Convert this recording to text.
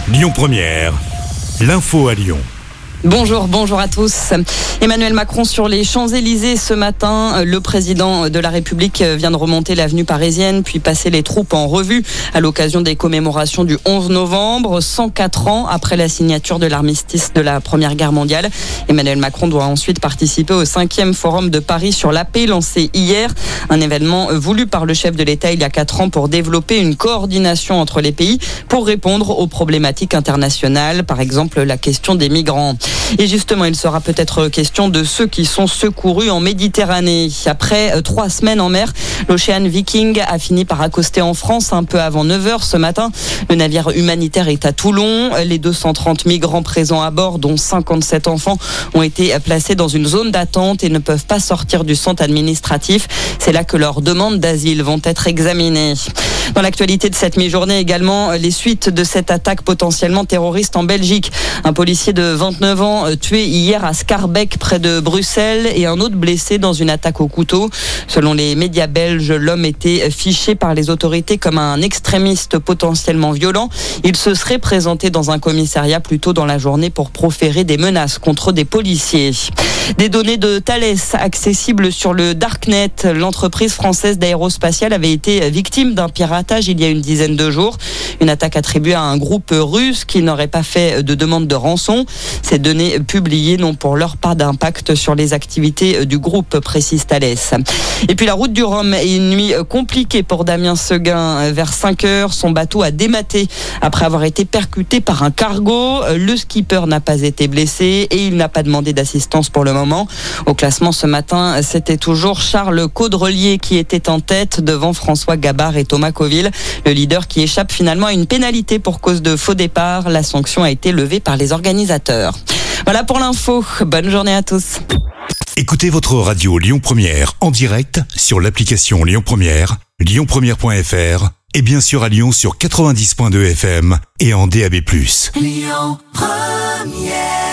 Lyon Première, l'info à Lyon. Bonjour à tous. Emmanuel Macron sur les Champs-Élysées ce matin. Le président de la République vient de remonter l'avenue parisienne puis passer les troupes en revue à l'occasion des commémorations du 11 novembre, 104 ans après la signature de l'armistice de la Première Guerre mondiale. Emmanuel Macron doit ensuite participer au 5e forum de Paris sur la paix lancé hier. Un événement voulu par le chef de l'État il y a 4 ans pour développer une coordination entre les pays pour répondre aux problématiques internationales, par exemple la question des migrants. Et justement, il sera peut-être question de ceux qui sont secourus en Méditerranée. Après 3 semaines en mer, l'Ocean Viking a fini par accoster en France un peu avant 9h ce matin. Le navire humanitaire est à Toulon. Les 230 migrants présents à bord, dont 57 enfants, ont été placés dans une zone d'attente et ne peuvent pas sortir du centre administratif. C'est là que leurs demandes d'asile vont être examinées. Dans l'actualité de cette mi-journée également, les suites de cette attaque potentiellement terroriste en Belgique. Un policier de 29 ans tué hier à Schaerbeek près de Bruxelles et un autre blessé dans une attaque au couteau. Selon les médias belges, l'homme était fiché par les autorités comme un extrémiste potentiellement violent. Il se serait présenté dans un commissariat plus tôt dans la journée pour proférer des menaces contre des policiers. Des données de Thales accessibles sur le Darknet. L'entreprise française d'aérospatiale avait été victime d'un piratage il y a une dizaine de jours. Une attaque attribuée à un groupe russe qui n'aurait pas fait de demande de rançon. Ces données publiées n'ont pour l'heure pas d'impact sur les activités du groupe, précise Thales. Et puis la route du Rhum est une nuit compliquée pour Damien Seguin. Vers 5h, son bateau a dématé après avoir été percuté par un cargo. Le skipper n'a pas été blessé et il n'a pas demandé d'assistance pour le moment. Au classement ce matin, c'était toujours Charles Caudrelier qui était en tête devant François Gabard et Thomas Coville. Le leader qui échappe finalement à une pénalité pour cause de faux départ. La sanction a été levée par les organisateurs. Voilà pour l'info. Bonne journée à tous. Écoutez votre radio Lyon Première en direct sur l'application Lyon Première, lyonpremière.fr et bien sûr à Lyon sur 90.2 FM et en DAB+. Lyon Première.